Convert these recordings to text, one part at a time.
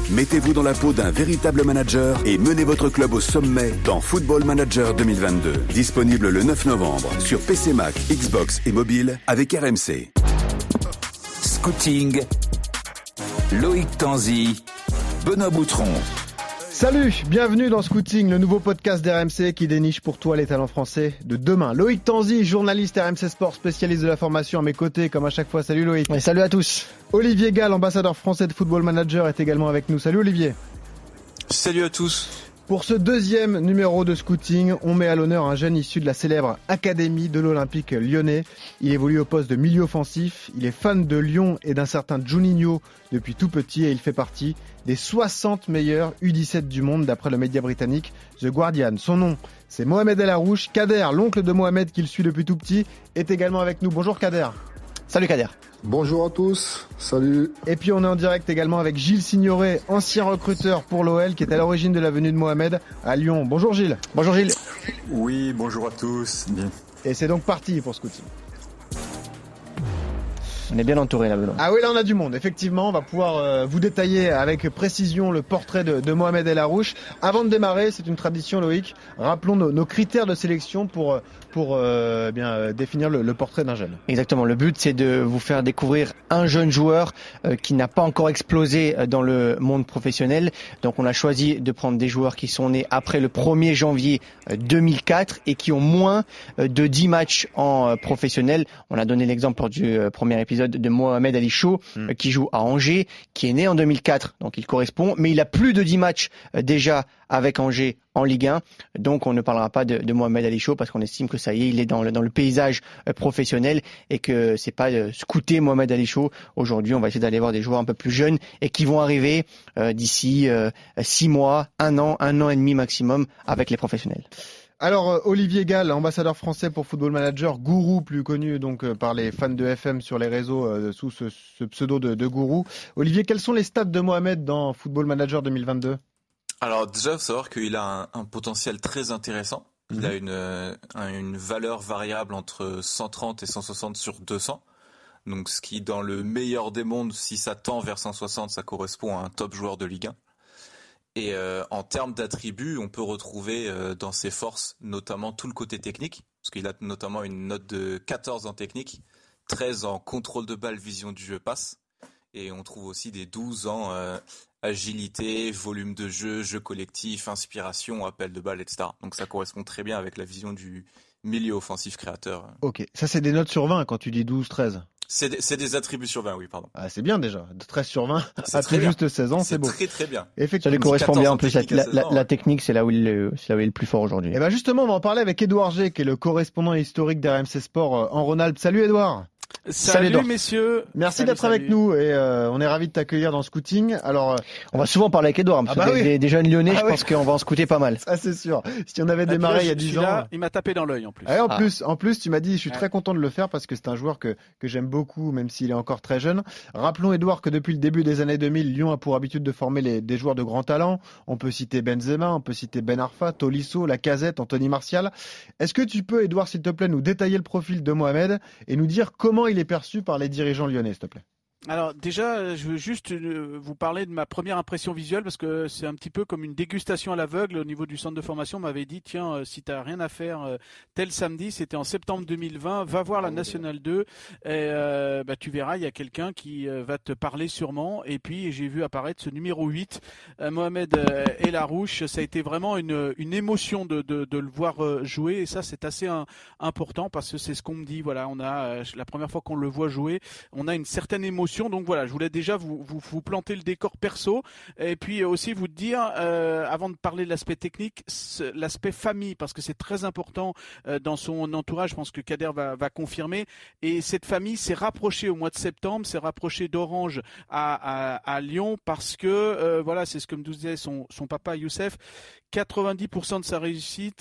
Mettez-vous dans la peau d'un véritable manager et menez votre club au sommet dans Football Manager 2022. Disponible le 9 novembre sur PC Mac, Xbox et mobile avec RMC. Scouting, Loïc Tanzi, Benoît Boutron. Salut, bienvenue dans Scouting, le nouveau podcast d'RMC qui déniche pour toi les talents français de demain. Loïc Tanzi, journaliste RMC Sport, spécialiste de la formation à mes côtés, comme à chaque fois. Salut Loïc. Et salut à tous. Olivier Gall, ambassadeur français de Football Manager, est également avec nous. Salut Olivier. Salut à tous. Pour ce deuxième numéro de Scouting, on met à l'honneur un jeune issu de la célèbre Académie de l'Olympique lyonnais. Il évolue au poste de milieu offensif, il est fan de Lyon et d'un certain Juninho depuis tout petit et il fait partie des 60 meilleurs U17 du monde d'après le média britannique The Guardian. Son nom, c'est Mohamed El Arouche. Kader, l'oncle de Mohamed qu'il suit depuis tout petit, est également avec nous. Bonjour Kader. Salut Kader. Bonjour à tous, salut. Et puis on est en direct également avec Gilles Signoret, ancien recruteur pour l'OL, qui est à l'origine de la venue de Mohamed à Lyon. Bonjour Gilles. Bonjour Gilles. Oui, bonjour à tous. Bien. Et c'est donc parti pour Scouting. On est bien entouré là, Benoît. Ah oui, là on a du monde. Effectivement, on va pouvoir vous détailler avec précision le portrait de Mohamed El Arouche. Avant de démarrer, c'est une tradition Loïc, rappelons nos critères de sélection pour définir le portrait d'un jeune. Exactement, le but c'est de vous faire découvrir un jeune joueur qui n'a pas encore explosé dans le monde professionnel. Donc on a choisi de prendre des joueurs qui sont nés après le 1er janvier 2004 et qui ont moins de 10 matchs en professionnel. On a donné l'exemple lors du premier épisode de Mohamed Ali Chaud qui joue à Angers, qui est né en 2004, donc il correspond, mais il a plus de 10 matchs déjà avec Angers en Ligue 1, donc on ne parlera pas de Mohamed Ali Chaud parce qu'on estime que ça y est, il est dans le paysage professionnel et que c'est pas scouter Mohamed Ali Chaud. Aujourd'hui, on va essayer d'aller voir des joueurs un peu plus jeunes et qui vont arriver d'ici 6 mois, 1 an et demi maximum avec les professionnels. Alors Olivier Gall, ambassadeur français pour Football Manager, Gourou, plus connu donc par les fans de FM sur les réseaux sous ce pseudo de Gourou. Olivier, quels sont les stats de Mohamed dans Football Manager 2022 ? Alors déjà, il faut savoir qu'il a un potentiel très intéressant. Il a une valeur variable entre 130 et 160 sur 200. Donc ce qui, dans le meilleur des mondes, si ça tend vers 160, ça correspond à un top joueur de Ligue 1. Et en termes d'attributs, on peut retrouver dans ses forces notamment tout le côté technique, parce qu'il a notamment une note de 14 en technique, 13 en contrôle de balle, vision du jeu, passe, et on trouve aussi des 12 en agilité, volume de jeu, jeu collectif, inspiration, appel de balle, etc. Donc ça correspond très bien avec la vision du milieu offensif créateur. Ok, ça c'est des notes sur 20 quand tu dis 12, 13. C'est des attributs sur 20, oui, pardon. Ah, c'est bien déjà. De 13 sur 20, c'est à tout juste 16 ans, c'est beau. C'est très très bien. Ça lui correspond bien en plus. La technique, c'est là où il est le plus fort aujourd'hui. Et ben justement, on va en parler avec Édouard G, qui est le correspondant historique d'RMC Sport en Rhône-Alpes. Salut Édouard. Salut messieurs. Merci d'être avec nous et on est ravis de t'accueillir dans Scouting. Alors, on va souvent parler avec Édouard, des jeunes lyonnais, je pense qu'on va en scouter pas mal. Ça c'est sûr. Si on avait démarré il y a 10 ans. Là, il m'a tapé dans l'œil en plus. En plus, tu m'as dit, je suis très content de le faire parce que c'est un joueur que j'aime beaucoup, même s'il est encore très jeune. Rappelons Édouard que depuis le début des années 2000, Lyon a pour habitude de former des joueurs de grand talent. On peut citer Benzema, on peut citer Ben Arfa, Tolisso, Lacazette, Anthony Martial. Est-ce que tu peux, Édouard, s'il te plaît, nous détailler le profil de Mohamed et nous dire comment il est perçu par les dirigeants lyonnais, s'il te plaît? Alors déjà, je veux juste vous parler de ma première impression visuelle parce que c'est un petit peu comme une dégustation à l'aveugle au niveau du centre de formation. On m'avait dit, tiens, si t'as rien à faire tel samedi, c'était en septembre 2020, va voir la Nationale 2 et tu verras, il y a quelqu'un qui va te parler sûrement. Et puis j'ai vu apparaître ce numéro 8, Mohamed El Arouche. Ça a été vraiment une émotion de le voir jouer et ça c'est assez important parce que c'est ce qu'on me dit. Voilà, on a la première fois qu'on le voit jouer, on a une certaine émotion. Donc voilà, je voulais déjà vous planter le décor perso et puis aussi vous dire, avant de parler de l'aspect technique, l'aspect famille, parce que c'est très important dans son entourage. Je pense que Kader va confirmer. Et cette famille s'est rapprochée au mois de septembre, s'est rapprochée d'Orange à Lyon parce que, voilà, c'est ce que me disait son papa Youssef, 90% de sa réussite,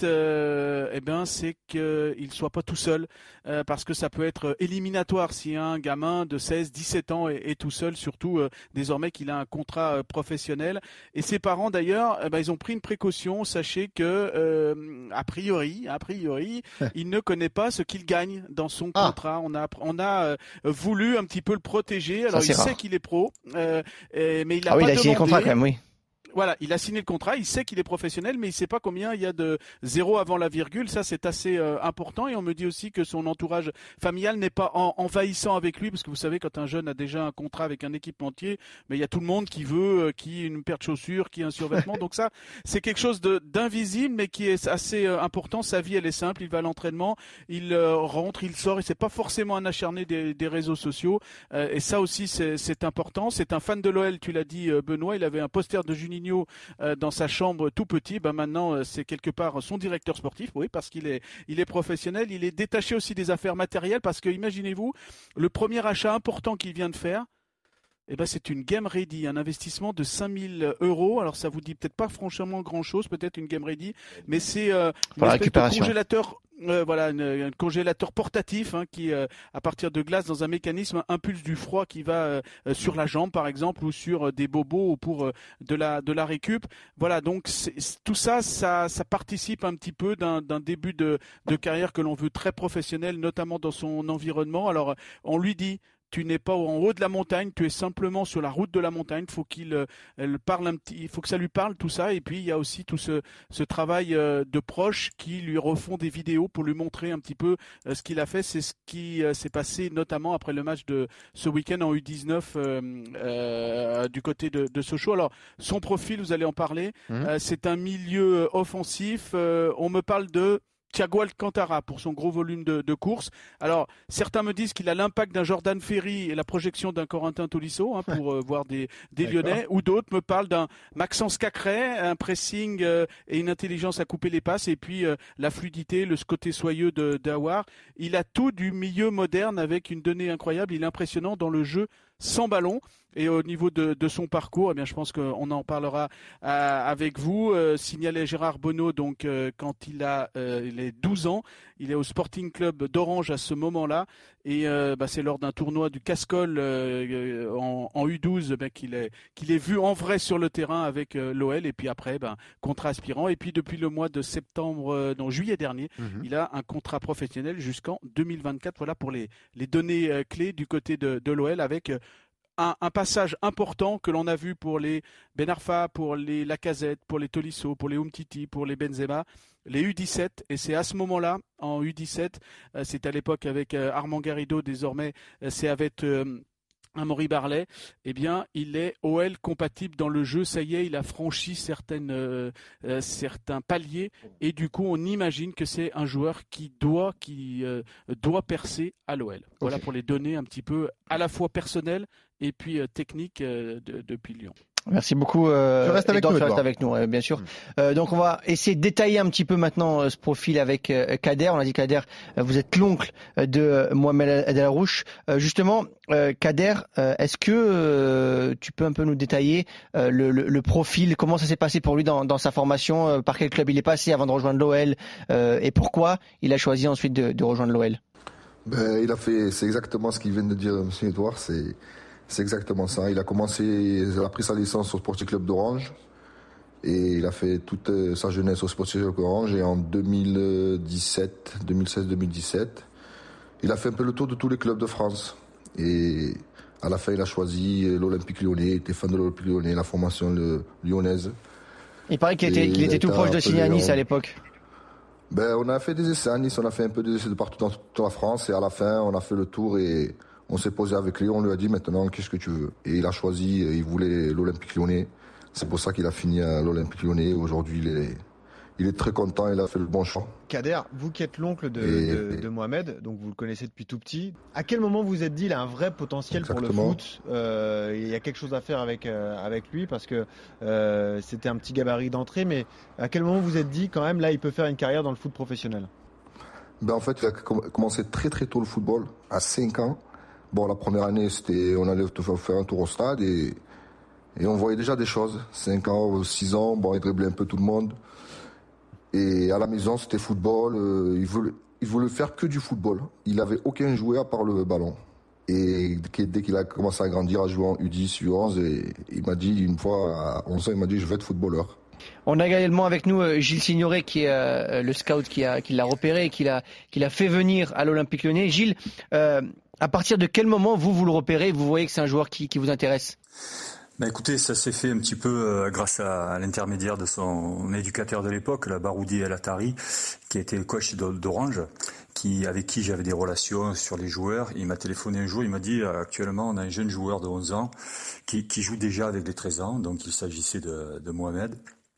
c'est qu'il soit pas tout seul, parce que ça peut être éliminatoire si un gamin de 16, 17 ans maintenant est tout seul, surtout désormais qu'il a un contrat professionnel. Et ses parents d'ailleurs, ils ont pris une précaution. Sachez que a priori, il ne connaît pas ce qu'il gagne dans son contrat. On a voulu un petit peu le protéger. Alors il sait qu'il est pro, mais il a pas demandé. Il a signé le contrat quand même, oui. Voilà, il a signé le contrat, il sait qu'il est professionnel, mais il sait pas combien il y a de zéro avant la virgule. Ça, c'est assez important. Et on me dit aussi que son entourage familial n'est pas envahissant avec lui, parce que vous savez, quand un jeune a déjà un contrat avec un équipementier, mais il y a tout le monde qui veut, qui une paire de chaussures, qui un survêtement. Donc ça, c'est quelque chose d'invisible, mais qui est assez important. Sa vie, elle est simple. Il va à l'entraînement, il rentre, il sort. Et c'est pas forcément un acharné des réseaux sociaux. Et ça aussi, c'est important. C'est un fan de l'OL, tu l'as dit, Benoît. Il avait un poster de Juninho dans sa chambre tout petit. Maintenant c'est quelque part son directeur sportif, oui, parce qu'il est professionnel. Il est détaché aussi des affaires matérielles, parce que imaginez-vous, le premier achat important qu'il vient de faire, c'est une Game Ready, un investissement de 5 000 €. Alors ça vous dit peut-être pas franchement grand-chose, peut-être une Game Ready, mais c'est une espèce de congélateur. Un congélateur portatif qui, à partir de glace dans un mécanisme, impulse du froid qui va sur la jambe par exemple, ou sur des bobos, ou pour de la récup. Voilà, donc tout ça participe un petit peu d'un début de carrière que l'on veut très professionnel, notamment dans son environnement. Alors on lui dit: tu n'es pas en haut de la montagne, tu es simplement sur la route de la montagne. Faut qu'il parle un petit, il faut que ça lui parle tout ça. Et puis il y a aussi tout ce travail de proches qui lui refont des vidéos pour lui montrer un petit peu ce qu'il a fait. C'est ce qui s'est passé notamment après le match de ce week-end en U19 du côté de Sochaux. Alors son profil, vous allez en parler. C'est un milieu offensif. On me parle de Thiago Alcantara pour son gros volume de course. Alors, certains me disent qu'il a l'impact d'un Jordan Ferry et la projection d'un Corentin Tolisso pour voir des Lyonnais. Ou d'autres me parlent d'un Maxence Cacré, un pressing et une intelligence à couper les passes. Et puis la fluidité, le côté soyeux d'Aouar. Il a tout du milieu moderne avec une donnée incroyable. Il est impressionnant dans le jeu sans ballon. Et au niveau de son parcours, je pense qu'on en parlera avec vous. Signalait Gérard Bonneau, donc quand il a les 12 ans, il est au Sporting Club d'Orange à ce moment-là. Et c'est lors d'un tournoi du Cascol en U12 qu'il est vu en vrai sur le terrain avec l'OL. Et puis après, contrat aspirant. Et puis depuis le mois de juillet dernier, il a un contrat professionnel jusqu'en 2024. Voilà pour les données clés du côté de l'OL, avec un passage important que l'on a vu pour les Ben Arfa, pour les Lacazette, pour les Tolisso, pour les Umtiti, pour les Benzema, les U17. Et c'est à ce moment-là, en U17, c'est à l'époque avec Armand Garrido, désormais c'est avec Amaury Barlet, il est OL compatible dans le jeu. Ça y est, il a franchi certains paliers, et du coup on imagine que c'est un joueur qui doit percer à l'OL. Voilà pour les données un petit peu à la fois personnelles et puis techniques depuis Lyon. Merci beaucoup. Tu restes avec nous, bien sûr. Donc on va essayer de détailler un petit peu maintenant ce profil avec Kader. On a dit, Kader, vous êtes l'oncle de Mohamed El Arouche. Justement, Kader, est-ce que tu peux un peu nous détailler le profil, comment ça s'est passé pour lui dans sa formation, par quel club il est passé avant de rejoindre l'OL, et pourquoi il a choisi ensuite de rejoindre l'OL? C'est exactement ce qu'il vient de dire, M. Edouard. C'est exactement ça. Il a pris sa licence au Sporting Club d'Orange, et il a fait toute sa jeunesse au Sporting Club d'Orange. Et en 2016-2017, il a fait un peu le tour de tous les clubs de France. Et à la fin, il a choisi l'Olympique Lyonnais. Il était fan de l'Olympique Lyonnais, la formation lyonnaise. Il paraît qu'il était tout proche de signer à Nice à l'époque. On a fait des essais à Nice, on a fait un peu des essais de partout dans toute la France. Et à la fin, on a fait le tour et on s'est posé avec lui, on lui a dit maintenant qu'est-ce que tu veux. Et il a choisi, il voulait l'Olympique Lyonnais. C'est pour ça qu'il a fini à l'Olympique Lyonnais. Aujourd'hui, il est très content, il a fait le bon choix. Kader, vous qui êtes l'oncle de Mohamed, donc vous le connaissez depuis tout petit, à quel moment vous vous êtes dit il a un vrai potentiel pour le foot, il y a quelque chose à faire avec lui, parce que c'était un petit gabarit d'entrée, mais à quel moment vous vous êtes dit quand même là il peut faire une carrière dans le foot professionnel? En fait, il a commencé très très tôt le football, à 5 ans. La première année, on allait faire un tour au stade et on voyait déjà des choses. 5 ans, 6 ans, il driblait un peu tout le monde. Et à la maison, c'était football. Il voulait faire que du football. Il n'avait aucun jouet à part le ballon. Et dès qu'il a commencé à grandir, à jouer en U10, U11, et il m'a dit une fois, à 11 ans, il m'a dit je veux être footballeur. On a également avec nous Gilles Signoret qui est le scout qui l'a repéré et qui l'a fait venir à l'Olympique Lyonnais. Gilles, à partir de quel moment vous le repérez et vous voyez que c'est un joueur qui vous intéresse ? Écoutez, ça s'est fait un petit peu grâce à l'intermédiaire de son éducateur de l'époque, la Baroudi El Attari, qui était le coach d'Orange, avec qui j'avais des relations sur les joueurs. Il m'a téléphoné un jour, il m'a dit actuellement on a un jeune joueur de 11 ans qui joue déjà avec les 13 ans, donc il s'agissait de Mohamed.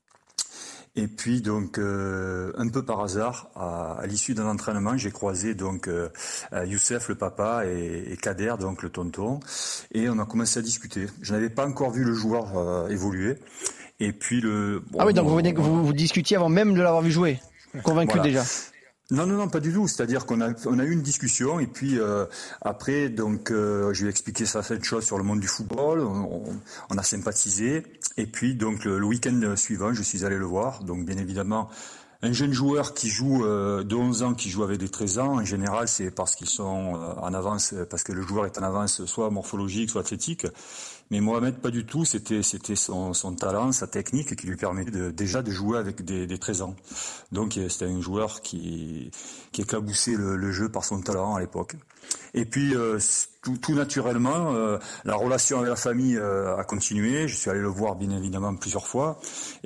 Et puis donc un peu par hasard, à l'issue d'un entraînement, j'ai croisé donc Youssef le papa et Kader donc le tonton, et on a commencé à discuter. Je n'avais pas encore vu le joueur évoluer. Et puis donc vous discutiez avant même de l'avoir vu jouer, convaincu voilà. Déjà. Non, pas du tout. C'est-à-dire qu'on a eu une discussion et puis après, donc, je lui ai expliqué certaines choses sur le monde du football. On a sympathisé et puis donc le week-end suivant, je suis allé le voir. Donc bien évidemment, un jeune joueur qui joue de 11 ans, qui joue avec des 13 ans, en général, c'est parce qu'ils sont en avance, parce que le joueur est en avance, soit morphologique, soit athlétique. Mais Mohamed, pas du tout. C'était son talent, sa technique qui lui permettait déjà de jouer avec des 13 ans. Donc c'était un joueur qui éclaboussait le jeu par son talent à l'époque. Et puis tout naturellement, la relation avec la famille a continué. Je suis allé le voir bien évidemment plusieurs fois.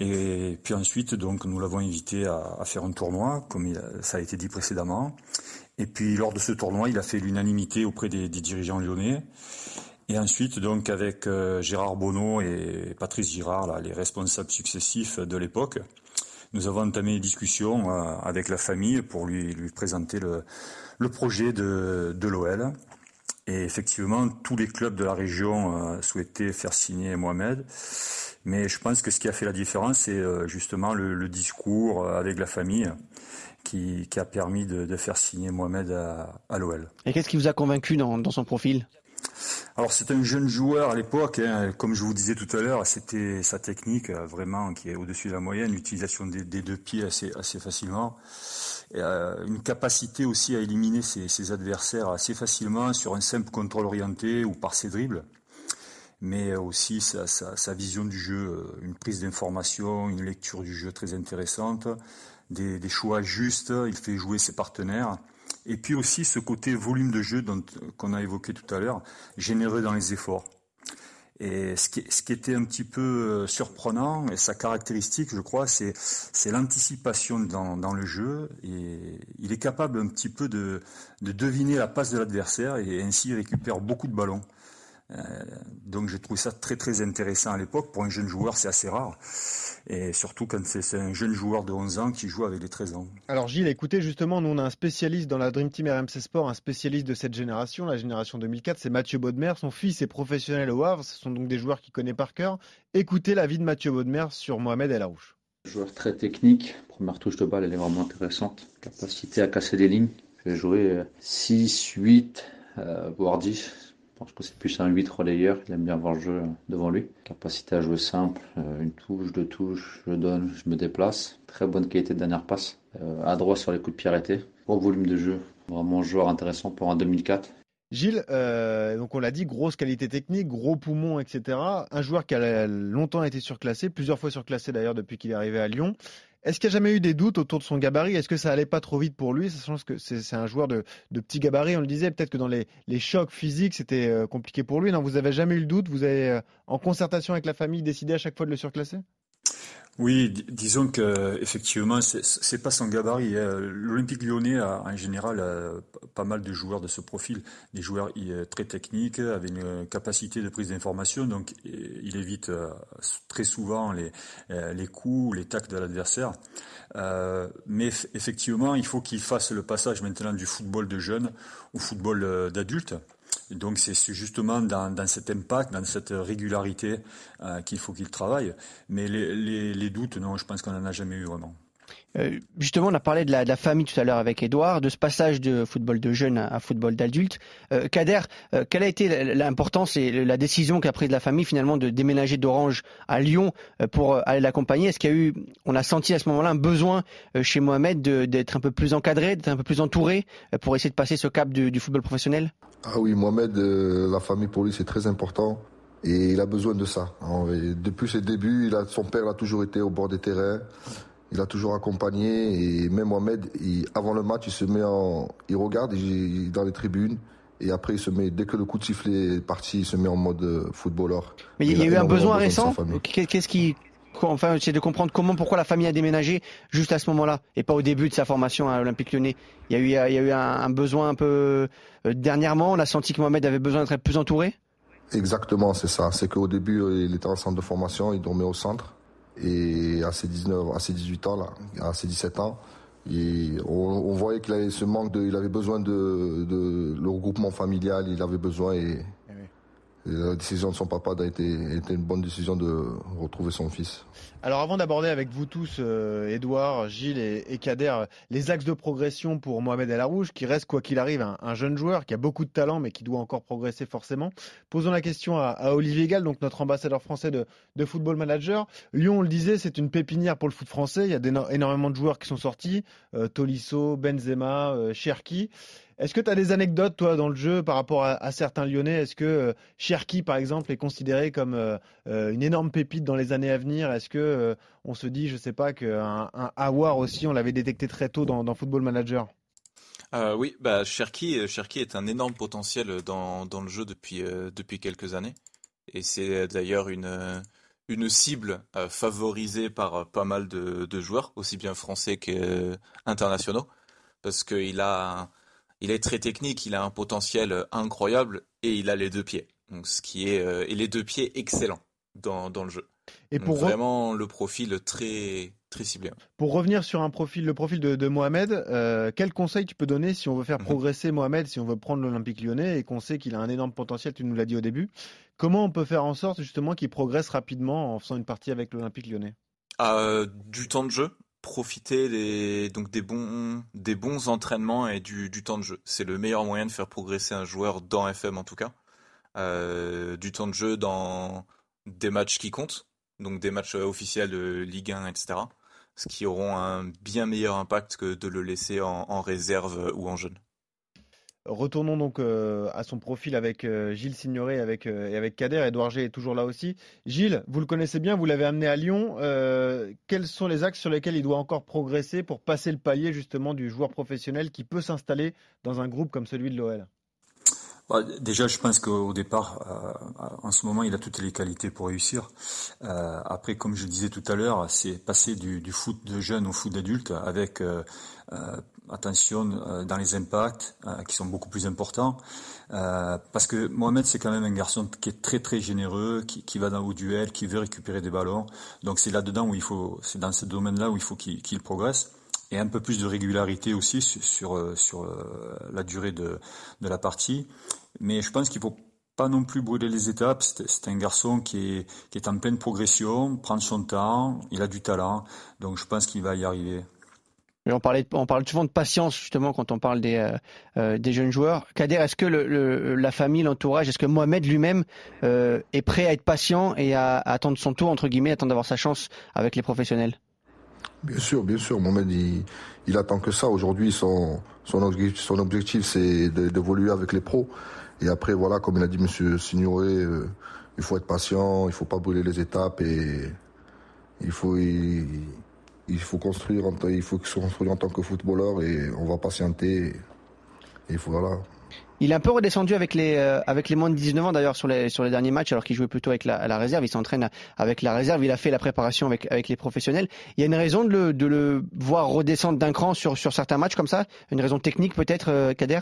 Et puis ensuite, donc nous l'avons invité à faire un tournoi, comme ça a été dit précédemment. Et puis lors de ce tournoi, il a fait l'unanimité auprès des dirigeants lyonnais. Et ensuite, donc, avec Gérard Bonneau et Patrice Girard, les responsables successifs de l'époque, nous avons entamé des discussions avec la famille pour lui présenter le projet de l'OL. Et effectivement, tous les clubs de la région souhaitaient faire signer Mohamed. Mais je pense que ce qui a fait la différence, c'est justement le discours avec la famille qui a permis de faire signer Mohamed à l'OL. Et qu'est-ce qui vous a convaincu dans son profil ? Alors c'est un jeune joueur à l'époque, comme je vous disais tout à l'heure, c'était sa technique vraiment qui est au-dessus de la moyenne, l'utilisation des deux pieds assez facilement, et, une capacité aussi à éliminer ses adversaires assez facilement sur un simple contrôle orienté ou par ses dribbles, mais aussi sa vision du jeu, une prise d'information, une lecture du jeu très intéressante, des choix justes, il fait jouer ses partenaires. Et puis aussi ce côté volume de jeu qu'on a évoqué tout à l'heure, généreux dans les efforts. Et ce qui était un petit peu surprenant, et sa caractéristique, je crois, c'est l'anticipation dans le jeu. Et il est capable un petit peu de deviner la passe de l'adversaire et ainsi il récupère beaucoup de ballons. Donc j'ai trouvé ça très très intéressant à l'époque. Pour un jeune joueur, c'est assez rare. Et surtout quand c'est un jeune joueur de 11 ans qui joue avec les 13 ans. Alors Gilles, écoutez, justement, nous on a un spécialiste dans la Dream Team RMC Sport, un spécialiste de cette génération, la génération 2004, c'est Mathieu Bodmer. Son fils est professionnel au Havre, ce sont donc des joueurs qu'il connaît par cœur. Écoutez l'avis de Mathieu Bodmer sur Mohamed El Arouche. Joueur très technique, première touche de balle, elle est vraiment intéressante. Capacité à casser des lignes, j'ai joué 6, 8, voire 10. Je pense que c'est plus un 8 relayeur, il aime bien voir le jeu devant lui. Capacité à jouer simple, une touche, deux touches, je donne, je me déplace. Très bonne qualité de dernière passe, adroit sur les coups de pied arrêtés. Gros volume de jeu, vraiment un joueur intéressant pour un 2004. Gilles, donc on l'a dit, grosse qualité technique, gros poumon, etc. Un joueur qui a longtemps été surclassé, plusieurs fois surclassé d'ailleurs depuis qu'il est arrivé à Lyon. Est-ce qu'il n'y a jamais eu des doutes autour de son gabarit ? Est-ce que ça allait pas trop vite pour lui ? Sachant que c'est un joueur de petit gabarit, on le disait. Peut-être que dans les chocs physiques, c'était compliqué pour lui. Non, vous avez jamais eu le doute ? Vous avez, en concertation avec la famille, décidé à chaque fois de le surclasser ? Oui, disons que effectivement, c'est pas son gabarit. L'Olympique Lyonnais a en général pas mal de joueurs de ce profil, des joueurs très techniques, avec une capacité de prise d'information. Donc, il évite très souvent les coups, les tacles de l'adversaire. Mais effectivement, il faut qu'il fasse le passage maintenant du football de jeunes au football d'adulte. Donc c'est justement dans cet impact, dans cette régularité qu'il faut qu'il travaille. Mais les doutes, non, je pense qu'on n'en a jamais eu vraiment. Justement, on a parlé de la famille tout à l'heure avec Edouard, de ce passage de football de jeunes à football d'adulte. Kader, quelle a été l'importance et la décision qu'a prise la famille finalement de déménager d'Orange à Lyon pour aller l'accompagner? Est-ce qu'il y a eu, on a senti à ce moment-là un besoin chez Mohamed d'être un peu plus encadré, d'être un peu plus entouré pour essayer de passer ce cap du football professionnel? Ah oui, Mohamed, la famille pour lui c'est très important et il a besoin de ça. Depuis ses débuts, son père a toujours été au bord des terrains. Il a toujours accompagné et même Mohamed, avant le match, il regarde dans les tribunes et après dès que le coup de sifflet est parti, il se met en mode footballeur. Mais il y a eu un besoin récent. J'essaie de comprendre pourquoi la famille a déménagé juste à ce moment-là et pas au début de sa formation à l'Olympique Lyonnais. Il y a eu un besoin un peu dernièrement. On a senti que Mohamed avait besoin d'être plus entouré. Exactement, c'est ça. C'est qu'au début, il était en centre de formation, il dormait au centre. Et à ses 18 ans, à ses 17 ans, on voyait qu'il avait ce manque il avait besoin de le regroupement familial, il avait besoin et la décision de son papa a été une bonne décision de retrouver son fils. Alors avant d'aborder avec vous tous, Edouard, Gilles et Kader, les axes de progression pour Mohamed El Arouche, qui reste quoi qu'il arrive un jeune joueur qui a beaucoup de talent mais qui doit encore progresser forcément. Posons la question à Olivier Gall, donc notre ambassadeur français de Football Manager. Lyon, on le disait, c'est une pépinière pour le foot français. Il y a énormément de joueurs qui sont sortis, Tolisso, Benzema, Cherki. Est-ce que tu as des anecdotes, toi, dans le jeu par rapport à certains Lyonnais? Est-ce que Cherki, par exemple, est considéré comme une énorme pépite dans les années à venir? Est-ce que on se dit, je sais pas, qu'un Aouar aussi, on l'avait détecté très tôt dans Football Manager? Oui, Cherki est un énorme potentiel dans le jeu depuis quelques années. Et c'est d'ailleurs une cible favorisée par pas mal de joueurs, aussi bien français qu'internationaux, parce qu'il il est très technique, il a un potentiel incroyable et il a les deux pieds. Donc et les deux pieds excellents dans le jeu. Et donc vraiment le profil très très ciblé. Pour revenir sur le profil de Mohamed, quel conseil tu peux donner si on veut faire progresser Mohamed, si on veut prendre l'Olympique Lyonnais et qu'on sait qu'il a un énorme potentiel, tu nous l'as dit au début. Comment on peut faire en sorte justement qu'il progresse rapidement en faisant une partie avec l'Olympique Lyonnais? Du temps de jeu. Profiter des bons entraînements et du temps de jeu. C'est le meilleur moyen de faire progresser un joueur dans FM en tout cas. Du temps de jeu dans des matchs qui comptent, donc des matchs officiels de Ligue 1, etc. Ce qui auront un bien meilleur impact que de le laisser en réserve ou en jeune. Retournons donc à son profil avec Gilles Signoret et avec Kader. Edouard G est toujours là aussi. Gilles, vous le connaissez bien, vous l'avez amené à Lyon. Quels sont les axes sur lesquels il doit encore progresser pour passer le palier justement du joueur professionnel qui peut s'installer dans un groupe comme celui de l'OL? Déjà, je pense qu'au départ, en ce moment, il a toutes les qualités pour réussir. Après, comme je le disais tout à l'heure, c'est passer du foot de jeune au foot d'adulte avec attention dans les impacts qui sont beaucoup plus importants. Parce que Mohamed, c'est quand même un garçon qui est très très généreux, qui va au duel, qui veut récupérer des ballons. Donc c'est là-dedans c'est dans ce domaine-là où il faut qu'il progresse. Et un peu plus de régularité aussi sur la durée de la partie. Mais je pense qu'il faut pas non plus brûler les étapes. C'est un garçon qui est en pleine progression, prend son temps, il a du talent. Donc je pense qu'il va y arriver. Et on parle souvent de patience justement quand on parle des jeunes joueurs. Kader, est-ce que la famille, l'entourage, est-ce que Mohamed lui-même est prêt à être patient et à attendre son tour, entre guillemets, attendre d'avoir sa chance avec les professionnels? Bien sûr. Mohamed, il attend que ça. Aujourd'hui, son objectif, c'est d'évoluer avec les pros. Et après, voilà, comme il a dit Monsieur Signoret, il faut être patient, il faut pas brûler les étapes et il faut construire en tant que footballeur et on va patienter. Et voilà. Il est un peu redescendu avec les moins de 19 ans d'ailleurs sur les derniers matchs, alors qu'il jouait plutôt avec la réserve. Il s'entraîne avec la réserve. Il a fait la préparation avec les professionnels. Il y a une raison de le voir redescendre d'un cran sur certains matchs comme ça? Une raison technique peut-être, Kader?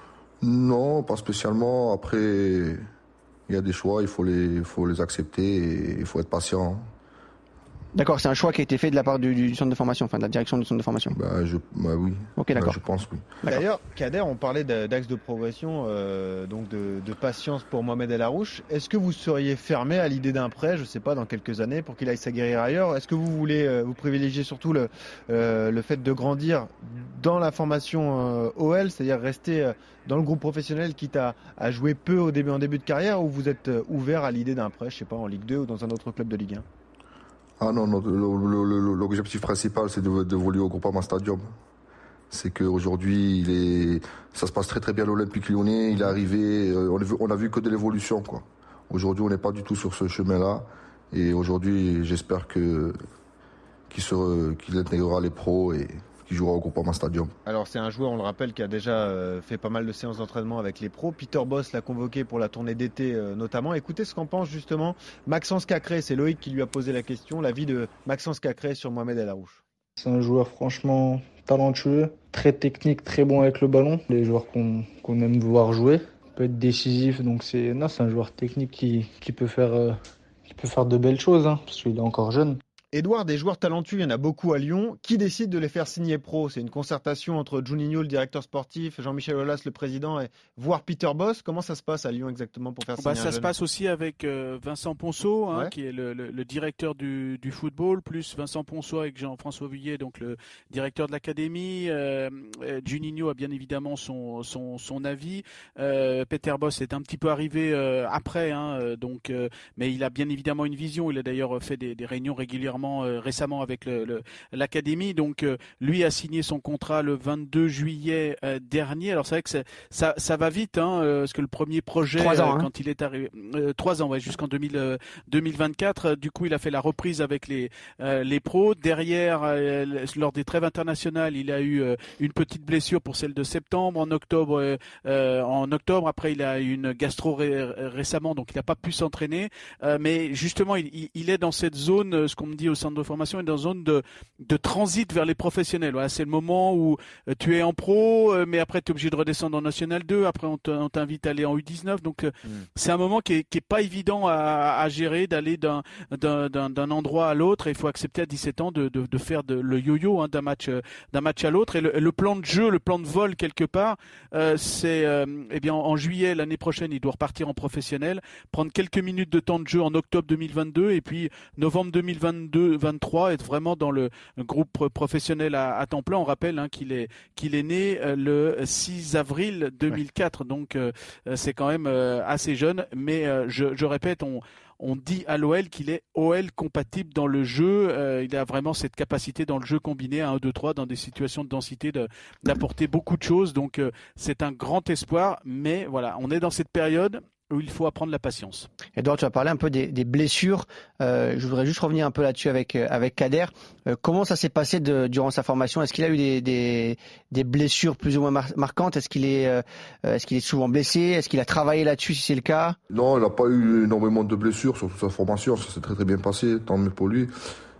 Non, pas spécialement. Après, il y a des choix, il faut les accepter et il faut être patient. D'accord, c'est un choix qui a été fait de la part du centre de formation, enfin de la direction du centre de formation. Oui. Ok, d'accord. Je pense, oui. D'ailleurs, Kader, on parlait d'axe de progression, donc de patience pour Mohamed El Arouche. Est-ce que vous seriez fermé à l'idée d'un prêt, je ne sais pas, dans quelques années, pour qu'il aille s'aguerrir ailleurs? Est-ce que vous voulez vous privilégier surtout le fait de grandir dans la formation OL, c'est-à-dire rester dans le groupe professionnel, quitte à jouer peu en début de carrière, ou vous êtes ouvert à l'idée d'un prêt, je ne sais pas, en Ligue 2 ou dans un autre club de Ligue 1? Ah non, l'objectif principal, c'est d'évoluer au Groupama Stadium. C'est qu'aujourd'hui, ça se passe très très bien à l'Olympique Lyonnais. Il est arrivé, on a vu que de l'évolution, quoi. Aujourd'hui, on n'est pas du tout sur ce chemin-là. Et aujourd'hui, j'espère qu'il intégrera les pros et qu'il jouera au Groupama Stadium. Alors c'est un joueur, on le rappelle, qui a déjà fait pas mal de séances d'entraînement avec les pros. Peter Bosz l'a convoqué pour la tournée d'été notamment. Écoutez ce qu'en pense justement Maxence Cacré. C'est Loïc qui lui a posé la question, l'avis de Maxence Cacré sur Mohamed El Arouche. C'est un joueur franchement talentueux, très technique, très bon avec le ballon. Les joueurs qu'on aime voir jouer, peut être décisif. Donc c'est un joueur technique qui peut faire de belles choses, parce qu'il est encore jeune. Édouard, des joueurs talentueux, il y en a beaucoup à Lyon. Qui décide de les faire signer pro? C'est une concertation entre Juninho, le directeur sportif, Jean-Michel Aulas, le président, et voire Peter Bosz. Comment ça se passe à Lyon exactement pour faire signer un jeune? Ça se passe aussi avec Vincent Ponceau, qui est le directeur du football, plus Vincent Ponceau avec Jean-François Vuillet, donc le directeur de l'académie. Juninho a bien évidemment son avis. Peter Bosz est un petit peu arrivé après, mais il a bien évidemment une vision. Il a d'ailleurs fait des réunions régulièrement récemment avec l'académie. Donc lui a signé son contrat le 22 juillet dernier. Alors c'est vrai que ça va vite, parce que le premier projet, 3 ans, quand il est arrivé, 3 ans, jusqu'en 2024. Du coup, il a fait la reprise avec les pros. Derrière, lors des trêves internationales, il a eu une petite blessure pour celle de septembre. En octobre, après, il a eu une gastro récemment, donc il n'a pas pu s'entraîner. Mais justement, il est dans cette zone, ce qu'on me dit au centre de formation, est dans une zone de transit vers les professionnels. Voilà, c'est le moment où tu es en pro, mais après tu es obligé de redescendre en National 2, après on t'invite à aller en U19. Donc c'est un moment qui est pas évident à gérer, d'aller d'un endroit à l'autre, et il faut accepter à 17 ans de faire le yo-yo d'un match à l'autre. Et le plan de jeu, le plan de vol quelque part, c'est en juillet l'année prochaine, il doit repartir en professionnel, prendre quelques minutes de temps de jeu en octobre 2022, et puis novembre 2022-23 être vraiment dans le groupe professionnel à temps plein. On rappelle qu'il est né le 6 avril 2004, donc c'est quand même assez jeune, mais je répète, on dit à l'OL qu'il est OL compatible dans le jeu. Il a vraiment cette capacité dans le jeu combiné à 1-2-3 dans des situations de densité d'apporter beaucoup de choses. Donc c'est un grand espoir, mais voilà, on est dans cette période où il faut apprendre la patience. Edouard, tu as parlé un peu des blessures. Je voudrais juste revenir un peu là-dessus avec Kader. Comment ça s'est passé durant sa formation? Est-ce qu'il a eu des blessures plus ou moins marquantes? Est-ce qu'il est souvent blessé? Est-ce qu'il a travaillé là-dessus si c'est le cas? Non, il n'a pas eu énormément de blessures sur toute sa formation. Ça s'est très très bien passé, tant mieux pour lui.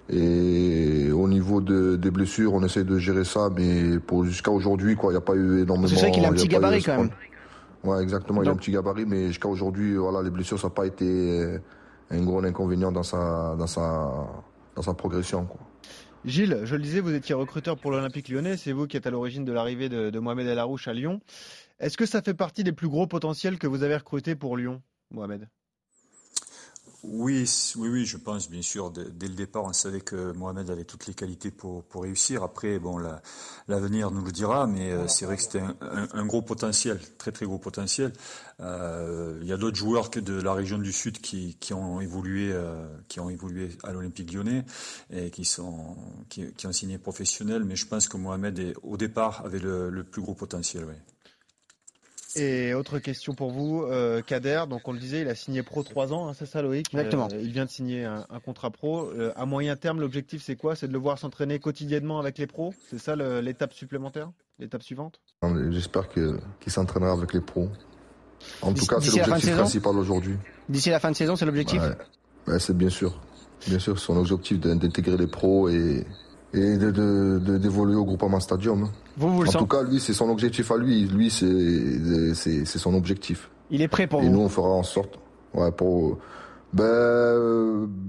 Et au niveau des blessures, on essaie de gérer ça, mais jusqu'à aujourd'hui, il n'y a pas eu énormément. C'est vrai qu'il a un petit gabarit quand même. Ouais, exactement. Il a un petit gabarit, mais jusqu'à aujourd'hui, les blessures, ça n'a pas été un gros inconvénient dans sa progression, quoi. Gilles, je le disais, vous étiez recruteur pour l'Olympique Lyonnais. C'est vous qui êtes à l'origine de l'arrivée de Mohamed El Arouche à Lyon. Est-ce que ça fait partie des plus gros potentiels que vous avez recrutés pour Lyon, Mohamed? Oui, je pense, bien sûr. Dès le départ, on savait que Mohamed avait toutes les qualités pour réussir. Après, l'avenir nous le dira, mais c'est vrai que c'était un gros potentiel, très très gros potentiel. Il y a d'autres joueurs que de la région du Sud qui ont évolué à l'Olympique Lyonnais et qui ont signé professionnel. Mais je pense que Mohamed, au départ, avait le plus gros potentiel. Ouais. Et autre question pour vous, Kader. Donc on le disait, il a signé pro 3 ans, c'est ça, Loïc? Exactement. Il vient de signer un contrat pro. À moyen terme, l'objectif c'est quoi? C'est de le voir s'entraîner quotidiennement avec les pros? C'est ça l'étape supplémentaire? L'étape suivante? J'espère qu'il s'entraînera avec les pros. En tout cas, c'est l'objectif principal aujourd'hui. D'ici la fin de saison, c'est l'objectif? Ouais, c'est bien sûr. Bien sûr, son objectif d'intégrer les pros et d'évoluer au Groupama Stadium. Vous le en tout cas, lui, c'est son objectif à lui. Lui, c'est son objectif. Il est prêt pour vous. Et nous, on fera en sorte. Ouais,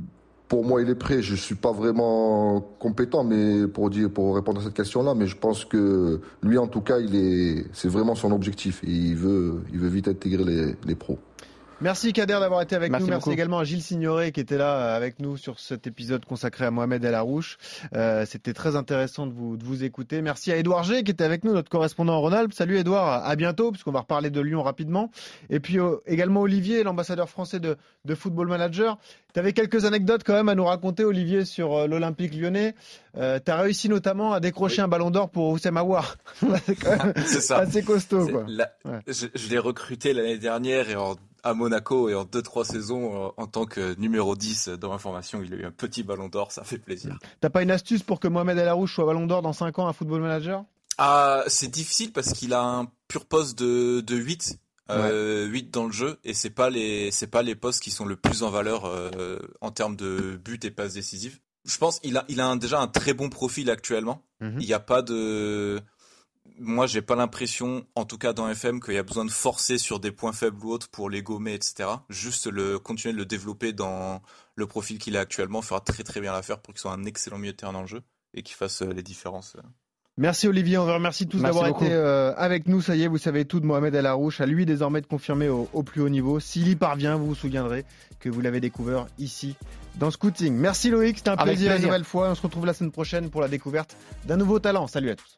Pour moi, il est prêt. Je suis pas vraiment compétent, mais pour répondre à cette question-là, mais je pense que lui, en tout cas, c'est vraiment son objectif. Et il veut vite intégrer les pros. Merci Kader d'avoir été avec nous. Merci beaucoup. également à Gilles Signoret qui était là avec nous sur cet épisode consacré à Mohamed El Arouche. C'était très intéressant de vous écouter. Merci à Édouard G qui était avec nous, notre correspondant en Rhône-Alpes. Salut Édouard, à bientôt puisqu'on va reparler de Lyon rapidement. Et puis également Olivier, l'ambassadeur français de Football Manager. Tu avais quelques anecdotes quand même à nous raconter, Olivier, sur l'Olympique lyonnais. Tu as réussi notamment à décrocher un ballon d'or pour Oussem Aouar. C'est quand même assez costaud. Quoi. Je l'ai recruté l'année dernière à Monaco et en 2-3 saisons en tant que numéro 10 dans ma formation, il a eu un petit ballon d'or, ça fait plaisir. T'as pas une astuce pour que Mohamed El Arouche soit ballon d'or dans 5 ans à Football Manager ? C'est difficile parce qu'il a un pur poste de 8. 8 dans le jeu et c'est pas les postes qui sont le plus en valeur en termes de buts et passes décisives. Je pense qu'il a déjà un très bon profil actuellement. Il y a pas de moi, j'ai pas l'impression, en tout cas dans FM, qu'il y a besoin de forcer sur des points faibles ou autres pour les gommer, etc. Juste continuer de le développer dans le profil qu'il a actuellement fera très très bien l'affaire pour qu'il soit un excellent milieu de terrain dans le jeu et qu'il fasse les différences. Merci Olivier, on vous remercie tous d'avoir été avec nous. Ça y est, vous savez tout de Mohamed El Arouche. À lui désormais de confirmer au plus haut niveau. S'il y parvient, vous vous souviendrez que vous l'avez découvert ici dans Scouting. Merci Loïc, c'était un plaisir une nouvelle fois. On se retrouve la semaine prochaine pour la découverte d'un nouveau talent. Salut à tous.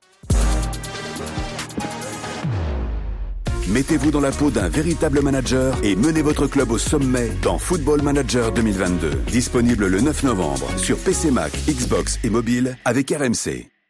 Mettez-vous dans la peau d'un véritable manager et menez votre club au sommet dans Football Manager 2022. Disponible le 9 novembre sur PC Mac, Xbox et mobile avec RMC.